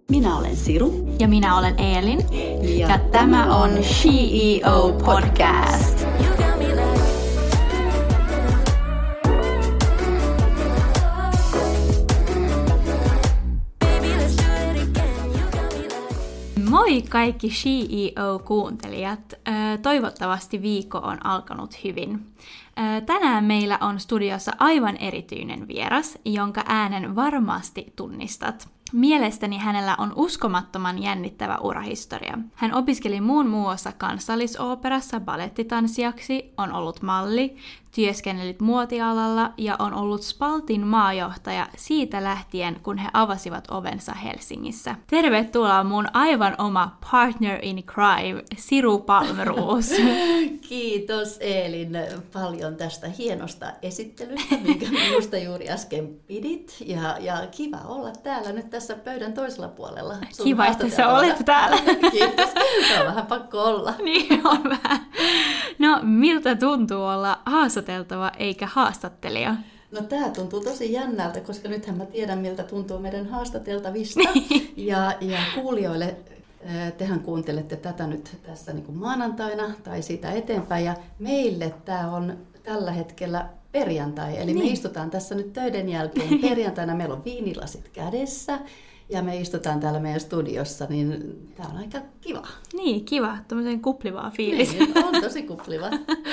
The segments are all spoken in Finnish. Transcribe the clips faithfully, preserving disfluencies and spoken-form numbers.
Minä olen Siru. Ja minä olen Eelin. Ja, ja tämä on She E O Podcast. Moi kaikki She E O-kuuntelijat. Toivottavasti viikko on alkanut hyvin. Tänään meillä on studiossa aivan erityinen vieras, jonka äänen varmasti tunnistat. Mielestäni hänellä on uskomattoman jännittävä urahistoria. Hän opiskeli muun muassa kansallisooperassa balettitanssijaksi, on ollut malli, työskennellyt muotialalla ja on ollut Spaltin maajohtaja siitä lähtien, kun he avasivat ovensa Helsingissä. Tervetuloa mun aivan oma partner in crime, Siru Palmroos. Kiitos Eelin paljon tästä hienosta esittelystä, minkä minusta juuri äsken pidit. Ja, ja kiva olla täällä nyt tässä pöydän toisella puolella. Kiva, että sä olet täällä. Kiitos. Se on vähän pakko olla. Niin on vähän. No, miltä tuntuu olla haastateltava eikä haastattelija? No tää tuntuu tosi jännältä, koska nythän mä tiedän, miltä tuntuu meidän haastateltavista. ja, ja kuulijoille, tehän kuuntelette tätä nyt tässä niin kuin maanantaina tai siitä eteenpäin. Ja meille tää on tällä hetkellä perjantai, eli niin. Me istutaan tässä nyt töiden jälkeen perjantaina. Meillä on viinilasit kädessä. Ja me istutaan täällä meidän studiossa, niin tää on aika kiva. Niin, kiva. Tuommoinen kuplivaa fiilis. Niin, on tosi kupliva.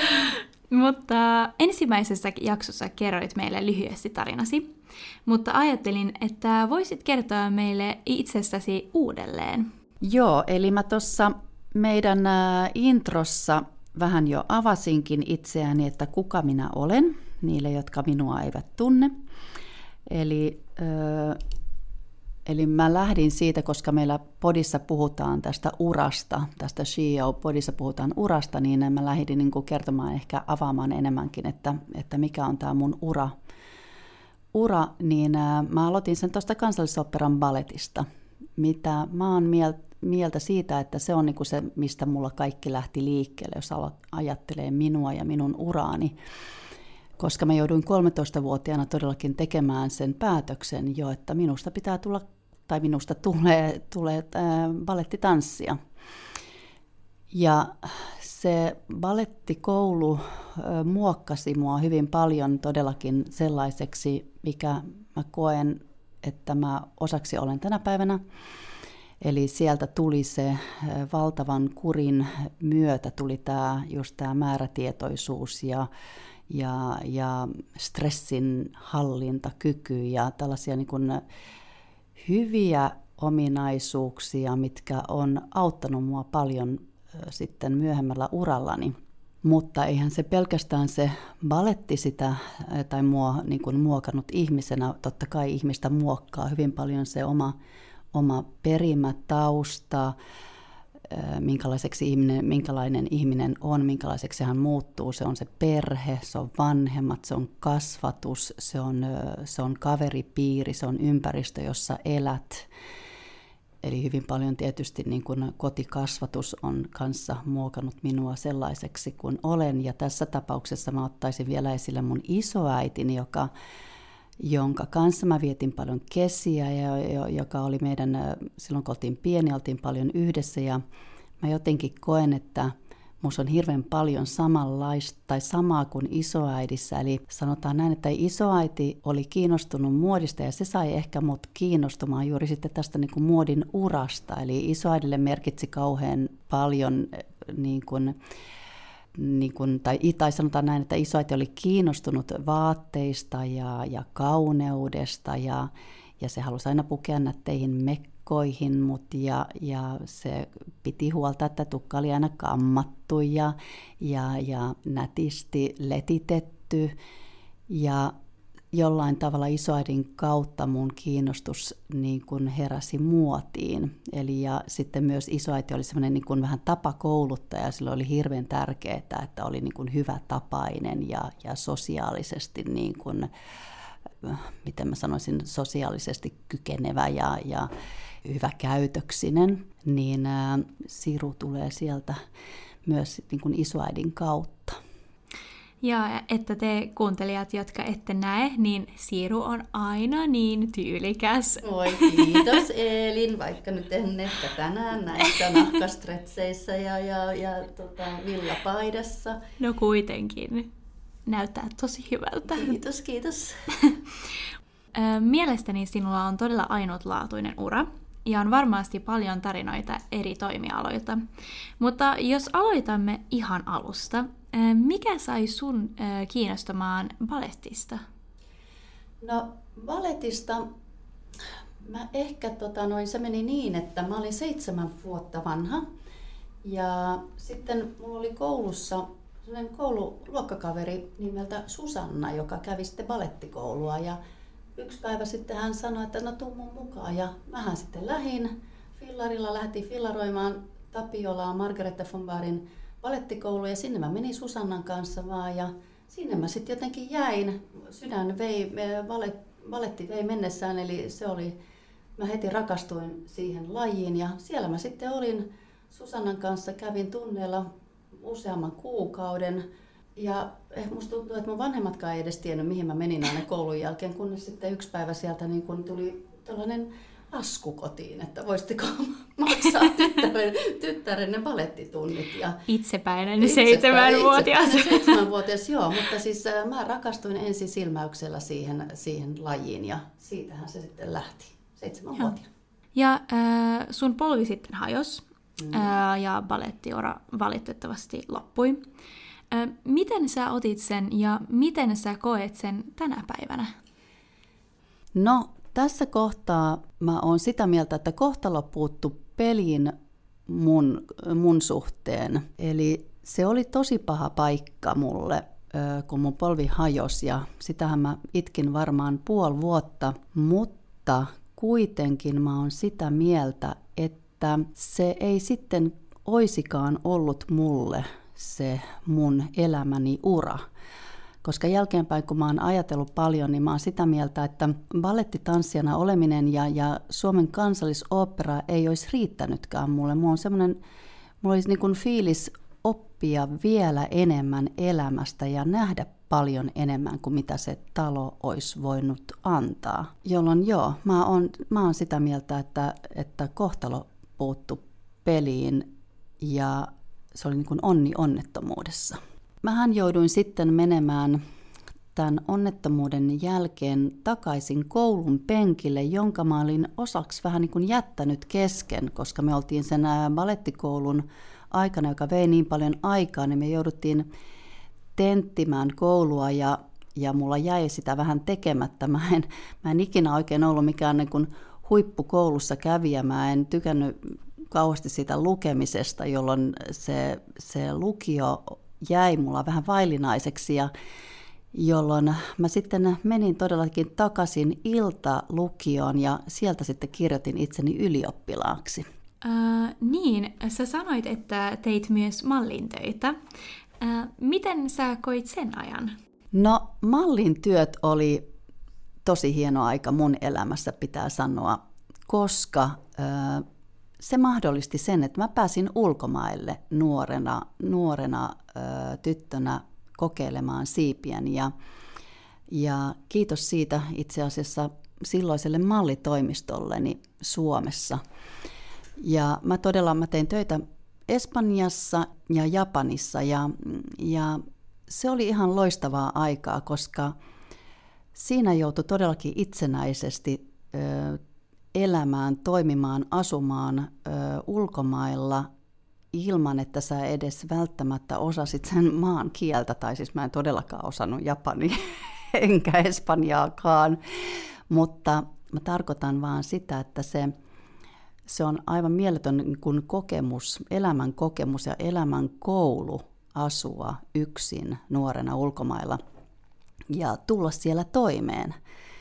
Mutta ensimmäisessä jaksossa kerroit meille lyhyesti tarinasi. Mutta ajattelin, että voisit kertoa meille itsestäsi uudelleen. Joo, eli mä tuossa meidän introssa vähän jo avasinkin itseäni, että kuka minä olen, niille, jotka minua eivät tunne. Eli... Öö, Eli mä lähdin siitä, koska meillä podissa puhutaan tästä urasta, tästä She E O-podissa puhutaan urasta, niin mä lähdin niin kuin kertomaan, ehkä avaamaan enemmänkin, että, että mikä on tämä mun ura. Ura, niin ää, mä aloitin sen tuosta Kansallisoopperan balletista, mitä mä oon mieltä, mieltä siitä, että se on niin kuin se, mistä mulla kaikki lähti liikkeelle, jos ajattelee minua ja minun uraani. Koska mä jouduin kolmetoistavuotiaana todellakin tekemään sen päätöksen jo, että minusta pitää tulla, tai minusta tulee, tulee äh, balettitanssia. Ja se balettikoulu äh, muokkasi mua hyvin paljon todellakin sellaiseksi, mikä mä koen, että mä osaksi olen tänä päivänä. Eli sieltä tuli se äh, valtavan kurin myötä, tuli tää, just tämä määrätietoisuus ja Ja, ja stressin hallintakyky ja tällaisia niin kuin hyviä ominaisuuksia, mitkä on auttanut mua paljon sitten myöhemmällä urallani. Mutta eihän se pelkästään se baletti sitä tai mua niin kuin muokannut ihmisenä. Totta kai ihmistä muokkaa hyvin paljon se oma, oma perimä tausta, minkälaiseksi ihminen, minkälainen ihminen on, minkälaiseksi hän muuttuu. Se on se perhe, se on vanhemmat, se on kasvatus, se on, se on kaveripiiri, se on ympäristö, jossa elät. Eli hyvin paljon tietysti niin kuin kotikasvatus on kanssa muokannut minua sellaiseksi kuin olen. Ja tässä tapauksessa mä ottaisin vielä esille mun isoäitini, joka jonka kanssa mä vietin paljon kesiä ja joka oli meidän, silloin kun oltiin pieni, oltiin paljon yhdessä ja mä jotenkin koen, että musta on hirveän paljon samanlaista tai samaa kuin isoäidissä. Eli sanotaan näin, että isoäiti oli kiinnostunut muodista ja se sai ehkä mut kiinnostumaan juuri sitten tästä niin kuin muodin urasta. Eli isoäidille merkitsi kauhean paljon niin kuin Niin kun, tai, tai sanotaan näin, että isoäiti oli kiinnostunut vaatteista ja, ja kauneudesta ja, ja se halusi aina pukea nätteihin mekkoihin, mut ja, ja se piti huolta, että tukka oli aina kammattu ja, ja, ja nätisti letitetty ja jollain tavalla isoäidin kautta mun kiinnostus niin kun heräsi muotiin. Eli ja sitten myös isoäiti oli semmoinen niin kun vähän tapakouluttaja, sillä oli hirveän tärkeää, että oli niin kun hyvä tapainen ja, ja sosiaalisesti, niin kun, miten mä sanoisin, sosiaalisesti kykenevä ja, ja hyvä käytöksinen. Niin ää, Siru tulee sieltä myös niin kun isoäidin kautta. Ja että te kuuntelijat, jotka ette näe, niin Siiru on aina niin tyylikäs. Oi kiitos Eelin, vaikka nyt en ehkä tänään näissä nahkastretseissä ja, ja, ja tota, villapaidassa. No kuitenkin. Näyttää tosi hyvältä. Kiitos, kiitos. Mielestäni sinulla on todella ainutlaatuinen ura. Ja on varmasti paljon tarinoita eri toimialoilta. Mutta jos aloitamme ihan alusta, mikä sai sun kiinnostumaan balettista? No balletista mä ehkä tota noin, se meni niin, että mä olin seitsemän vuotta vanha. Ja sitten mulla oli koulussa sellainen koululuokkakaveri nimeltä Susanna, joka kävi sitten balettikoulua. Ja yksi päivä sitten hän sanoi, että no tuu mun mukaan, ja mähän sitten lähdin fillarilla, lähdettiin fillaroimaan Tapiolaa Margareta von Barin balettikouluun, ja sinne mä menin Susannan kanssa vaan, ja sinne mä sitten jotenkin jäin. Sydän vei, baletti vei mennessään, eli se oli, mä heti rakastuin siihen lajiin, ja siellä mä sitten olin Susannan kanssa, kävin tunneilla useamman kuukauden. Ja musta tuntuu, että mun vanhemmatkaan ei edes tiennyt, mihin mä menin aina koulun jälkeen, kunnes sitten yksi päivä sieltä niin kun tuli tällainen lasku kotiin, että voisitteko maksaa tyttären, tyttärenne balettitunnit. Ja itsepäinen seitsemänvuotias. Itsepäinen seitsemänvuotias, joo, mutta siis mä rakastuin ensi silmäyksellä siihen, siihen lajiin ja siitähän se sitten lähti, seitsemänvuotiaana. Ja äh, sun polvi sitten hajosi mm. äh, ja balettiura valitettavasti loppui. Miten sä otit sen ja miten sä koet sen tänä päivänä? No, tässä kohtaa mä oon sitä mieltä, että kohtalo puuttu peliin mun, mun suhteen. Eli se oli tosi paha paikka mulle, kun mun polvi hajosi, ja sitähän mä itkin varmaan puoli vuotta. Mutta kuitenkin mä oon sitä mieltä, että se ei sitten oisikaan ollut mulle se mun elämäni ura. Koska jälkeenpäin, kun mä oon ajatellut paljon, niin mä oon sitä mieltä, että ballettitanssijana oleminen ja, ja Suomen kansallisooppera ei olisi riittänytkään mulle. Mulla on semmoinen, mulla olisi niin kuin fiilis oppia vielä enemmän elämästä ja nähdä paljon enemmän kuin mitä se talo olisi voinut antaa. Jolloin joo, mä oon, mä oon sitä mieltä, että, että kohtalo puuttu peliin ja se oli niin kuin onni onnettomuudessa. Mähän jouduin sitten menemään tämän onnettomuuden jälkeen takaisin koulun penkille, jonka mä olin osaksi vähän niin kuin jättänyt kesken, koska me oltiin sen balettikoulun aikana, joka vei niin paljon aikaa, niin me jouduttiin tenttimään koulua ja, ja mulla jäi sitä vähän tekemättä. Mä en, mä en ikinä oikein ollut mikään niin kuin huippukoulussa kävijä, mä en tykännyt kauheasti siitä lukemisesta, jolloin se, se lukio jäi mulla vähän vaillinaiseksi, ja jolloin mä sitten menin todellakin takaisin iltalukioon ja sieltä sitten kirjoitin itseni ylioppilaaksi. Äh, niin, sä sanoit, että teit myös mallintöitä. Äh, miten sä koit sen ajan? No, mallin työt oli tosi hieno aika mun elämässä, pitää sanoa, koska äh, se mahdollisti sen, että mä pääsin ulkomaille nuorena, nuorena ö, tyttönä kokeilemaan siipiäni. Ja, ja kiitos siitä itse asiassa silloiselle mallitoimistolleni Suomessa. Ja mä todella mä tein töitä Espanjassa ja Japanissa. Ja, ja se oli ihan loistavaa aikaa, koska siinä joutui todellakin itsenäisesti ö, elämään, toimimaan, asumaan ö, ulkomailla ilman, että sä edes välttämättä osasit sen maan kieltä, tai siis mä en todellakaan osannut japania enkä espanjaakaan, mutta mä tarkoitan vaan sitä, että se, se on aivan mieletön kun kokemus, elämän kokemus ja elämän koulu asua yksin nuorena ulkomailla ja tulla siellä toimeen.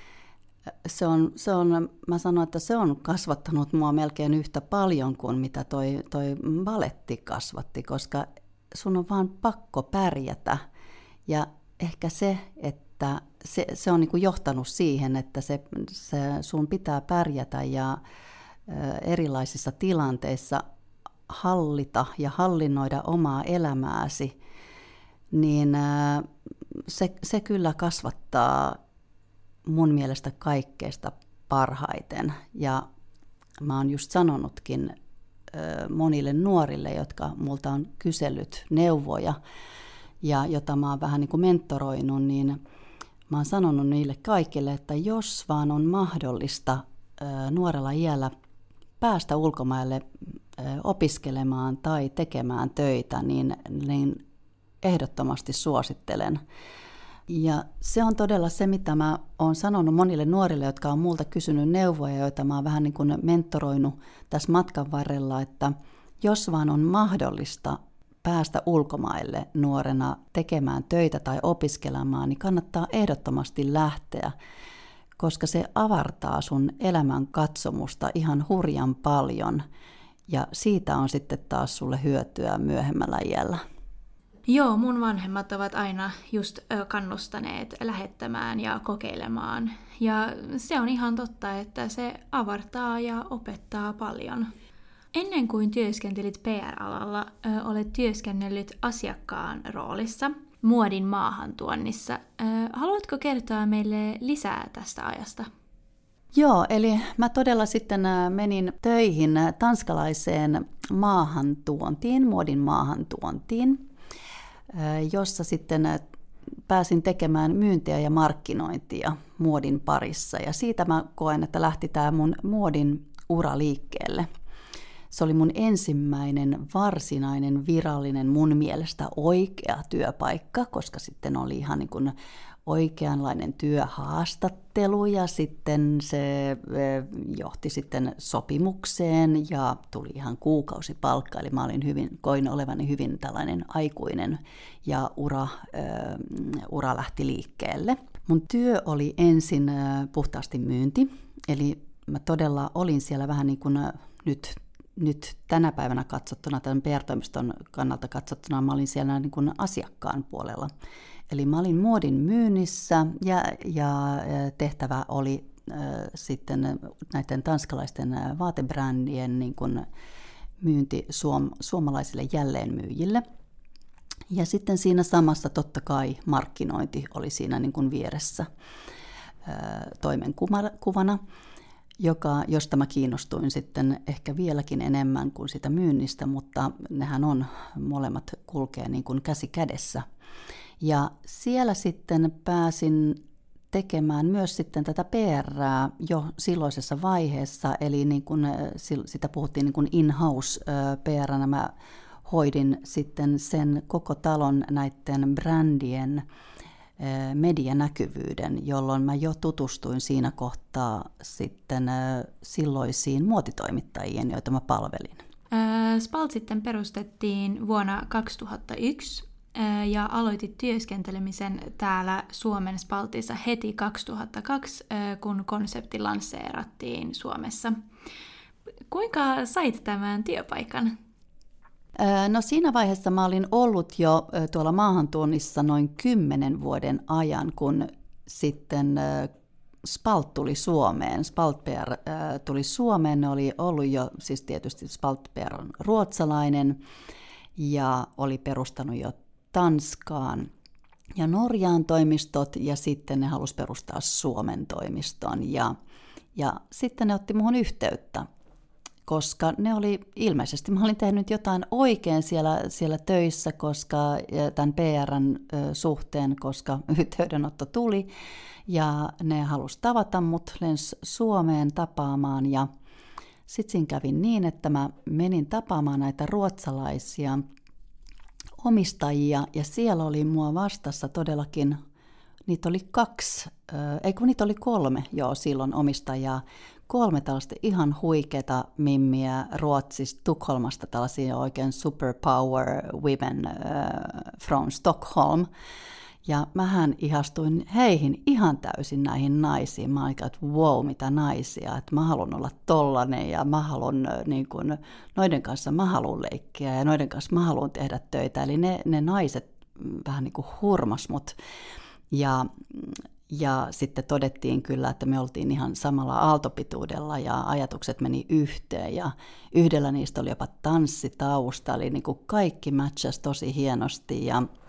Se on, se on, mä sanon, että se on kasvattanut mua melkein yhtä paljon kuin mitä toi, toi baletti kasvatti, koska sun on vaan pakko pärjätä. Ja ehkä se, että se, se on niin kuin johtanut siihen, että se, se sun pitää pärjätä ja erilaisissa tilanteissa hallita ja hallinnoida omaa elämääsi, niin se, se kyllä kasvattaa mun mielestä kaikkeista parhaiten. Ja mä oon just sanonutkin monille nuorille, jotka multa on kysellyt neuvoja ja jota mä oon vähän niin kuin mentoroinut, niin mä oon sanonut niille kaikille, että jos vaan on mahdollista nuorella iällä päästä ulkomaille opiskelemaan tai tekemään töitä, niin, niin ehdottomasti suosittelen. Ja se on todella se, mitä mä oon sanonut monille nuorille, jotka on multa kysynyt neuvoja, joita mä oon vähän niin kuin mentoroinut tässä matkan varrella, että jos vaan on mahdollista päästä ulkomaille nuorena tekemään töitä tai opiskelemaan, niin kannattaa ehdottomasti lähteä, koska se avartaa sun elämän katsomusta ihan hurjan paljon ja siitä on sitten taas sulle hyötyä myöhemmällä iällä. Joo, mun vanhemmat ovat aina just kannustaneet lähettämään ja kokeilemaan. Ja se on ihan totta, että se avartaa ja opettaa paljon. Ennen kuin työskentelit P R-alalla, olet työskennellyt asiakkaan roolissa muodin maahantuonnissa. Haluatko kertoa meille lisää tästä ajasta? Joo, eli mä todella sitten menin töihin tanskalaiseen maahantuontiin, muodin maahantuontiin, jossa sitten pääsin tekemään myyntiä ja markkinointia muodin parissa. Ja siitä mä koen, että lähti tämä mun muodin ura liikkeelle. Se oli mun ensimmäinen varsinainen virallinen, mun mielestä oikea työpaikka, koska sitten oli ihan niin kuin oikeanlainen työhaastattelu ja sitten se johti sitten sopimukseen ja tuli ihan kuukausipalkka. Eli mä olin hyvin, koin olevani hyvin tällainen aikuinen ja ura, ura lähti liikkeelle. Mun työ oli ensin puhtaasti myynti, eli mä todella olin siellä vähän niin kuin nyt Nyt tänä päivänä katsottuna, tämän P R-toimiston kannalta katsottuna, mä olin siellä niin kuin asiakkaan puolella. Eli mä olin muodin myynnissä ja, ja tehtävä oli äh, sitten näiden tanskalaisten vaatebrändien niin kuin myynti suom, suomalaisille jälleenmyyjille. Ja sitten siinä samassa totta kai markkinointi oli siinä niin kuin vieressä äh, toimenkuvana. Joka, josta mä kiinnostuin sitten ehkä vieläkin enemmän kuin sitä myynnistä, mutta nehän on, molemmat kulkee niin kuin käsi kädessä. Ja siellä sitten pääsin tekemään myös sitten tätä P R:ää jo silloisessa vaiheessa, eli niin kuin, sitä puhuttiin niin kuin in-house P R:nä. Mä hoidin sitten sen koko talon näiden brändien medianäkyvyyden, jolloin mä jo tutustuin siinä kohtaa sitten silloisiin muotitoimittajiin, joita mä palvelin. Spalt sitten perustettiin vuonna kaksituhattayksi ja aloitit työskentelemisen täällä Suomen Spaltissa heti kaksituhattakaksi, kun konsepti lanseerattiin Suomessa. Kuinka sait tämän työpaikan? No siinä vaiheessa mä olin ollut jo tuolla maahantuonnissa noin kymmenen vuoden ajan, kun sitten Spalt tuli Suomeen. Spalt P R tuli Suomeen, ne oli ollut jo, siis tietysti Spalt P R on ruotsalainen ja oli perustanut jo Tanskaan ja Norjaan toimistot ja sitten ne halusi perustaa Suomen toimiston ja, ja sitten ne otti muhun yhteyttä. Koska ne oli ilmeisesti, mä olin tehnyt jotain oikein siellä, siellä töissä, koska tämän P R:n suhteen, koska yhteydenotto tuli ja ne halusi tavata mut, lens Suomeen tapaamaan ja sitten siinä kävi niin, että mä menin tapaamaan näitä ruotsalaisia omistajia ja siellä oli mua vastassa todellakin, niitä oli kaksi, ei kun niitä oli kolme joo silloin omistajaa, kolme tällaista ihan huikeata mimmiä Ruotsista, Tukholmasta, tällaisia oikein superpower women uh, from Stockholm. Ja mähän ihastuin heihin ihan täysin näihin naisiin. Mä olin, että wow, mitä naisia, että mä haluan olla tollanen ja mä haluan, niin kun, noiden kanssa mä haluan leikkiä ja noiden kanssa mä haluan tehdä töitä. Eli ne, ne naiset vähän niin kuin hurmas mut. Ja Ja sitten todettiin kyllä, että me oltiin ihan samalla aaltopituudella ja ajatukset meni yhteen ja yhdellä niistä oli jopa tanssitausta, eli niin kuin kaikki matchasi tosi hienosti ja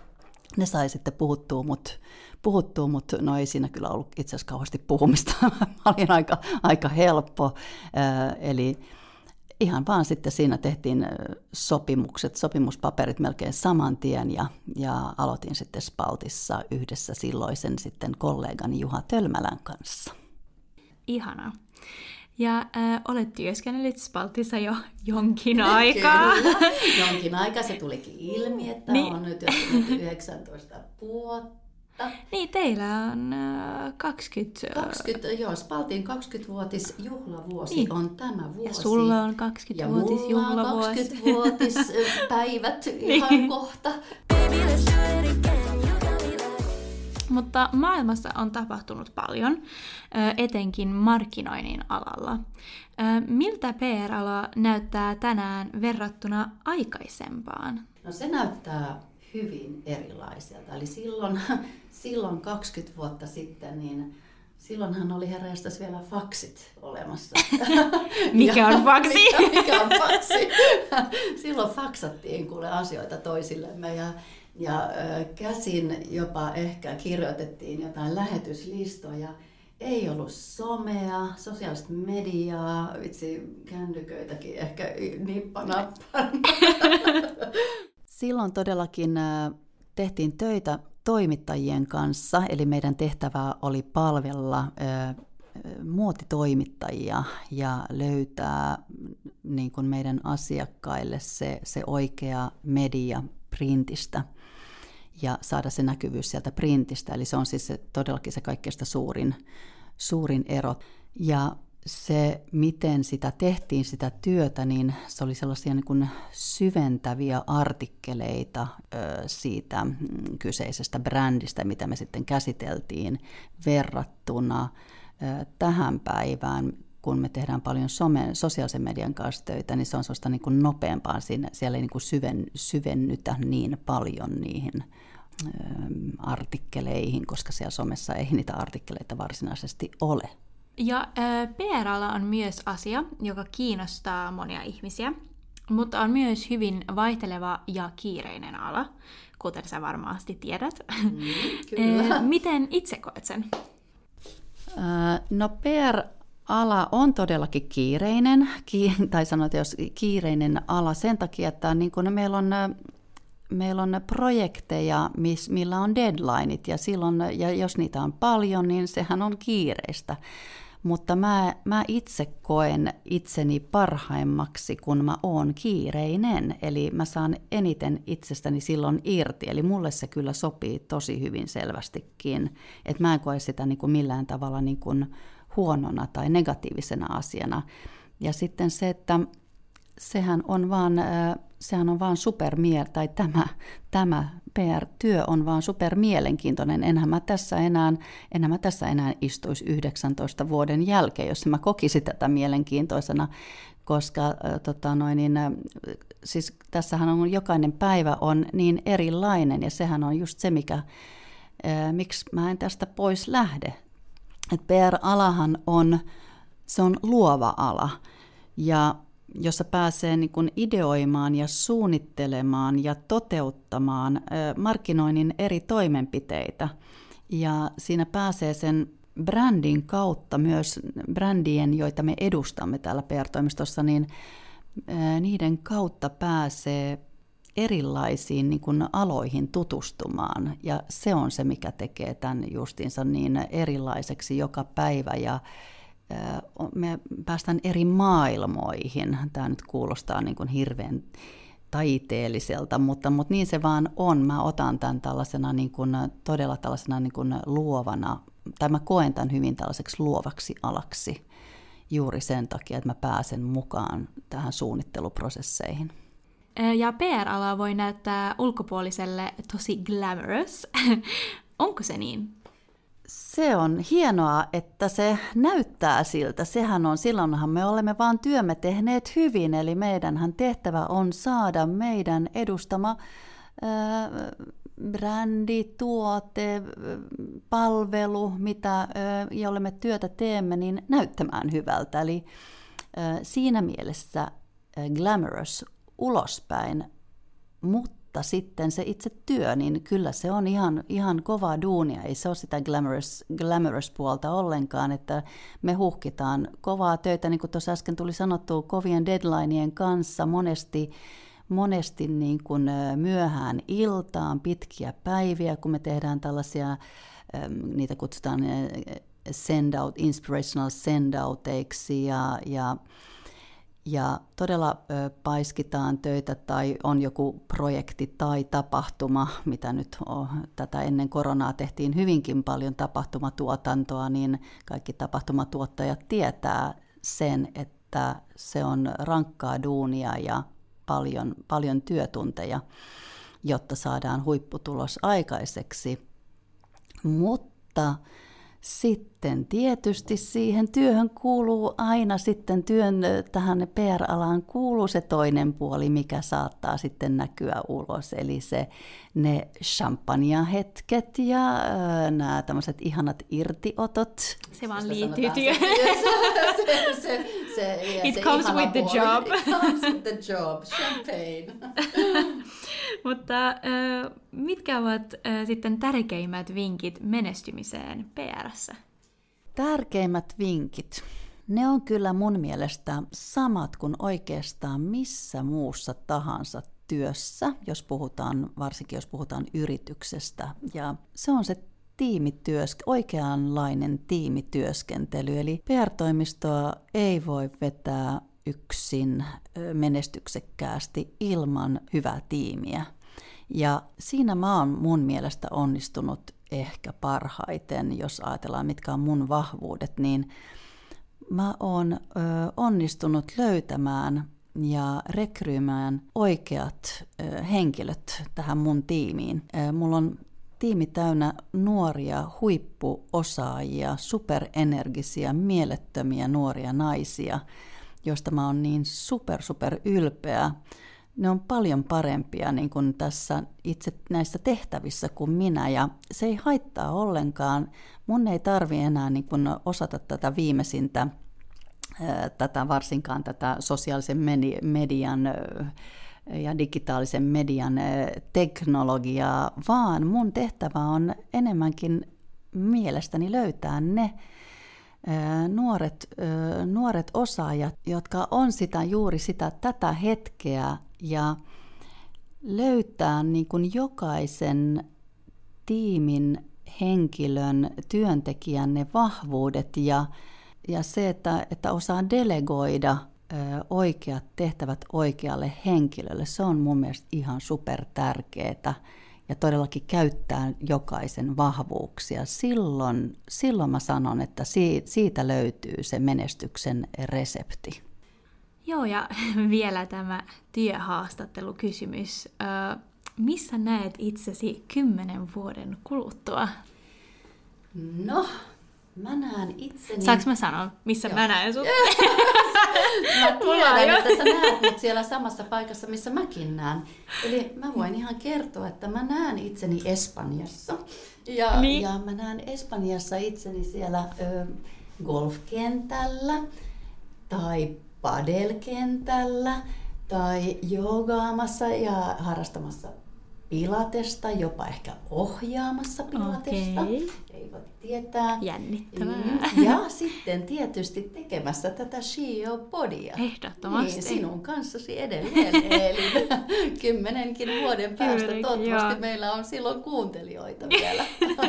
ne sai sitten puhuttua mut, puhuttua, mutta no ei siinä kyllä ollut itse asiassa kauheasti puhumista. Mä olin aika, aika helppo, eli ihan vaan sitten siinä tehtiin sopimukset, sopimuspaperit melkein saman tien ja, ja aloitin sitten Spaltissa yhdessä silloisen sitten kollegani Juha Tölmälän kanssa. Ihanaa. Ja äh, olet työskennellyt Spaltissa jo jonkin aikaa. Kyllä, jonkin aikaa se tulikin ilmi, että niin. On nyt yhdeksäntoista vuotta. Niin, teillä on äh, kaksikymmentä... kaksikymmentä, joo, Spaltin kaksikymmentävuotis juhlavuosi niin. On tämä vuosi. Ja sulla on kaksikymmentävuotis juhlavuosi. Ja mulla on kaksikymmentävuotispäivät ihan niin. Kohta. Mutta maailmassa on tapahtunut paljon, etenkin markkinoinnin alalla. Miltä P R-ala näyttää tänään verrattuna aikaisempaan? No se näyttää hyvin erilaiselta. Eli silloin, silloin kaksikymmentä vuotta sitten, niin silloinhan oli herrästäs vielä faksit olemassa. Mikä on faksi? mikä, mikä on faksi? Silloin faksattiin kuule asioita toisillemme ja Ja käsin jopa ehkä kirjoitettiin jotain lähetyslistoja. Ei ollut somea, sosiaalista mediaa, vitsi kännyköitäkin ehkä nippanappan. Silloin todellakin tehtiin töitä toimittajien kanssa, eli meidän tehtävä oli palvella muotitoimittajia ja löytää niin kuin meidän asiakkaille se, se oikea media printistä ja saada se näkyvyys sieltä printistä. Eli se on siis se, todellakin se kaikkein suurin, suurin ero. Ja se, miten sitä tehtiin, sitä työtä, niin se oli sellaisia niin kuin syventäviä artikkeleita ö, siitä mm, kyseisestä brändistä, mitä me sitten käsiteltiin verrattuna ö, tähän päivään. Kun me tehdään paljon some, sosiaalisen median kanssa töitä, niin se on sellaista niin kuin nopeampaa. Siinä, siellä ei niin kuin syven, syvennytä niin paljon niihin ö, artikkeleihin, koska siellä somessa ei niitä artikkeleita varsinaisesti ole. Ja ö, P R-ala on myös asia, joka kiinnostaa monia ihmisiä, mutta on myös hyvin vaihteleva ja kiireinen ala, kuten sä varmasti tiedät. Mm, kyllä. Miten itse koet sen? Ö, no P R ala on todellakin kiireinen, tai sanotaan, jos kiireinen ala sen takia, että niin kun meillä on, meillä on projekteja, millä on deadlineit, ja, silloin, ja jos niitä on paljon, niin sehän on kiireistä. Mutta mä, mä itse koen itseni parhaimmaksi, kun mä oon kiireinen, eli mä saan eniten itsestäni silloin irti, eli mulle se kyllä sopii tosi hyvin selvästikin, että mä en koe sitä niin kuin millään tavalla niin kuin huonona tai negatiivisena asiana. Ja sitten se, että sehän on vaan, sehän on vaan supermie- tai tämä, tämä P R-työ on vaan supermielenkiintoinen. Enhän mä tässä enää, enhän mä tässä enää istuisi yhdeksäntoista vuoden jälkeen, jos mä kokisin tätä mielenkiintoisena, koska tota noin, niin, siis tässähän on jokainen päivä on niin erilainen, ja sehän on just se, mikä, miksi mä en tästä pois lähde. Et P R-alahan on, se on luova ala, ja jossa pääsee niin kuin ideoimaan ja suunnittelemaan ja toteuttamaan markkinoinnin eri toimenpiteitä. Ja siinä pääsee sen brändin kautta myös brändien, joita me edustamme täällä P R-toimistossa, niin niiden kautta pääsee erilaisiin niin kuin aloihin tutustumaan. Ja se on se, mikä tekee tämän justiinsa niin erilaiseksi joka päivä. Ja me päästään eri maailmoihin. Tämä nyt kuulostaa niin kuin hirveän taiteelliselta, mutta, mutta niin se vaan on. Mä otan tämän tällaisena niin kuin, todella tällaisena niin kuin luovana, tai mä koen tämän hyvin tällaiseksi luovaksi alaksi juuri sen takia, että mä pääsen mukaan tähän suunnitteluprosesseihin. Ja P R-ala voi näyttää ulkopuoliselle tosi glamorous. Onko se niin? Se on hienoa, että se näyttää siltä. Sehän on, silloinhan me olemme vaan työmme tehneet hyvin, eli meidänhän tehtävä on saada meidän edustama ää, brändi, tuote, palvelu, mitä, ää, jolle me työtä teemme, niin näyttämään hyvältä. Eli ää, siinä mielessä ää, glamorous ulospäin, mutta Mutta sitten se itse työ, niin kyllä se on ihan, ihan kovaa duunia. Ei se ole sitä glamorous, glamorous puolta ollenkaan, että me huhkitaan kovaa töitä, niin kuin tuossa äsken tuli sanottua, kovien deadlineien kanssa monesti, monesti niin kuin myöhään iltaan, pitkiä päiviä, kun me tehdään tällaisia, niitä kutsutaan send out, inspirational send-outeiksi ja, ja Ja todella ö, paiskitaan töitä tai on joku projekti tai tapahtuma, mitä nyt on, tätä ennen koronaa tehtiin hyvinkin paljon tapahtumatuotantoa, niin kaikki tapahtumatuottajat tietää sen, että se on rankkaa duunia ja paljon, paljon työtunteja, jotta saadaan huipputulos aikaiseksi. Mutta sitten tietysti siihen työhön kuuluu aina sitten työn tähän P R-alaan kuuluu se toinen puoli, mikä saattaa sitten näkyä ulos. Eli se, ne champagnehetket ja äh, nämä tämmöiset ihanat irtiotot. Se vaan liittyy työhön. Se, se, se, se, It se comes with the puoli. job. It comes with the job. Champagne. Mutta äh, mitkä ovat äh, sitten tärkeimmät vinkit menestymiseen P R:ssä? Tärkeimmät vinkit. Ne on kyllä mun mielestä samat kuin oikeastaan missä muussa tahansa työssä, jos puhutaan, varsinkin jos puhutaan yrityksestä. Ja se on se tiimityösk- oikeanlainen tiimityöskentely. Eli P R-toimistoa ei voi vetää yksin menestyksekkäästi ilman hyvää tiimiä. Ja siinä mä oon mun mielestä onnistunut ehkä parhaiten, jos ajatellaan mitkä on mun vahvuudet, niin mä oon ö, onnistunut löytämään ja rekryymään oikeat ö, henkilöt tähän mun tiimiin. Ö, mulla on tiimi täynnä nuoria huippuosaajia, superenergisiä, mielettömiä nuoria naisia, joista mä oon niin super, super ylpeä. Ne on paljon parempia niin kuin tässä itse näissä tehtävissä kuin minä, ja se ei haittaa ollenkaan. Mun ei tarvi enää niin kuin osata tätä viimeisintä, tätä varsinkaan tätä sosiaalisen median ja digitaalisen median teknologiaa, vaan mun tehtävä on enemmänkin mielestäni löytää ne nuoret, nuoret osaajat, jotka on sitä juuri sitä tätä hetkeä, ja löytää niin kuin jokaisen tiimin henkilön, työntekijän ne vahvuudet ja, ja se, että, että osaa delegoida ö, oikeat tehtävät oikealle henkilölle, se on mun mielestä ihan super tärkeää. Ja todellakin käyttää jokaisen vahvuuksia. Silloin, silloin mä sanon, että siitä löytyy se menestyksen resepti. Joo, ja vielä tämä työhaastattelukysymys. Ö, missä näet itsesi kymmenen vuoden kuluttua? No, mä näen itseni... Saanko mä sanoa, missä Joo. mä näen sut? Mä tiedän, että sä näet mut siellä samassa paikassa, missä mäkin näen. Eli mä voin ihan kertoa, että mä näen itseni Espanjassa. Ja, niin. ja mä näen Espanjassa itseni siellä ö, golfkentällä tai padelkentällä tai joogaamassa ja harrastamassa pilatesta, jopa ehkä ohjaamassa pilatesta. Okay. Ei voi tietää. Jännittävää. Ja sitten tietysti tekemässä tätä S H E O-podia. Ehdottomasti. Niin, sinun kanssasi edelleen. Eli kymmenenkin vuoden päästä Kymmenenkin, toivottavasti joo. meillä on silloin kuuntelijoita vielä.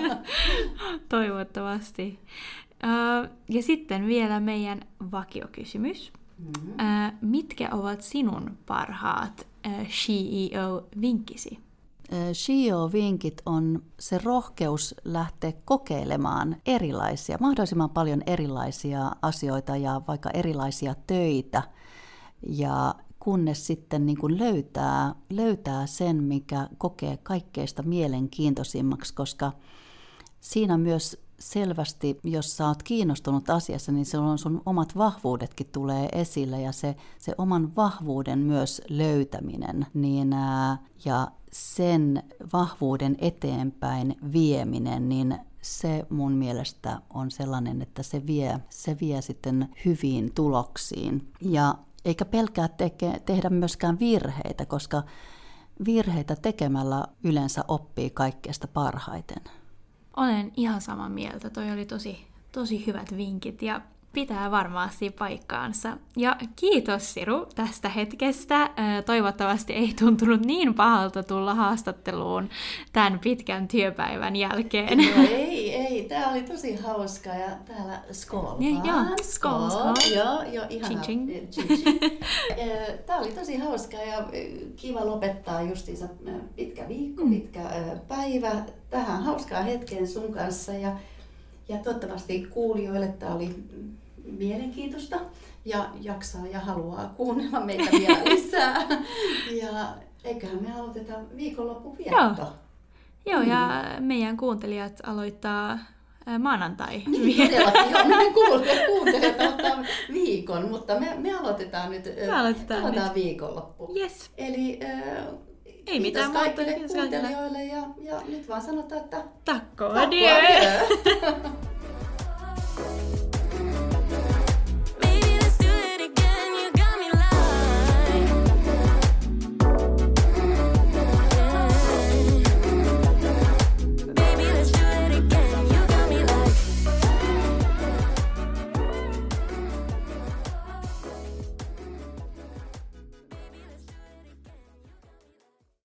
Toivottavasti. Ja sitten vielä meidän vakiokysymys. Mm-hmm. Mitkä ovat sinun parhaat S H E O-vinkkisi? S H E O-vinkit on se rohkeus lähteä kokeilemaan erilaisia, mahdollisimman paljon erilaisia asioita ja vaikka erilaisia töitä. Ja kunnes sitten niin kuin löytää, löytää sen, mikä kokee kaikkeista mielenkiintoisimmaksi, koska siinä myös selvästi, jos sä oot kiinnostunut asiassa, niin silloin sun omat vahvuudetkin tulee esille ja se, se oman vahvuuden myös löytäminen niin, ää, ja sen vahvuuden eteenpäin vieminen, niin se mun mielestä on sellainen, että se vie, se vie sitten hyviin tuloksiin. Ja eikä pelkää teke, tehdä myöskään virheitä, koska virheitä tekemällä yleensä oppii kaikkeesta parhaiten. Olen ihan samaa mieltä. Toi oli tosi, tosi hyvät vinkit ja pitää varmasti paikkaansa. Ja kiitos Siru tästä hetkestä. Toivottavasti ei tuntunut niin pahalta tulla haastatteluun tämän pitkän työpäivän jälkeen. No ei, ei. Tämä oli tosi hauskaa ja täällä skål Ja, joo, skål, skål. Joo, joo, ihanaa. Ching, ching. Ching, ching. Tämä oli tosi hauskaa ja kiva lopettaa justiinsa pitkä viikko, mm. pitkä päivä tähän hauskaan hetkeen sun kanssa. Ja Ja toivottavasti kuulijoille tämä oli mielenkiintoista ja jaksaa ja haluaa kuunnella meitä vielä lisää. Ja eiköhän me aloiteta viikonlopun vietto. Joo, Joo mm. ja meidän kuuntelijat aloittaa maanantai. Niin, todellakin. Joo, meidän kuuntelijat aloittaa viikon, mutta me, me aloitetaan nyt me aloitetaan aloitetaan nyt. viikonloppu. Yes. Eli äh, ei mitään kaikille kuuntelijoille ja, ja nyt vaan sanotaan, että takko adieu!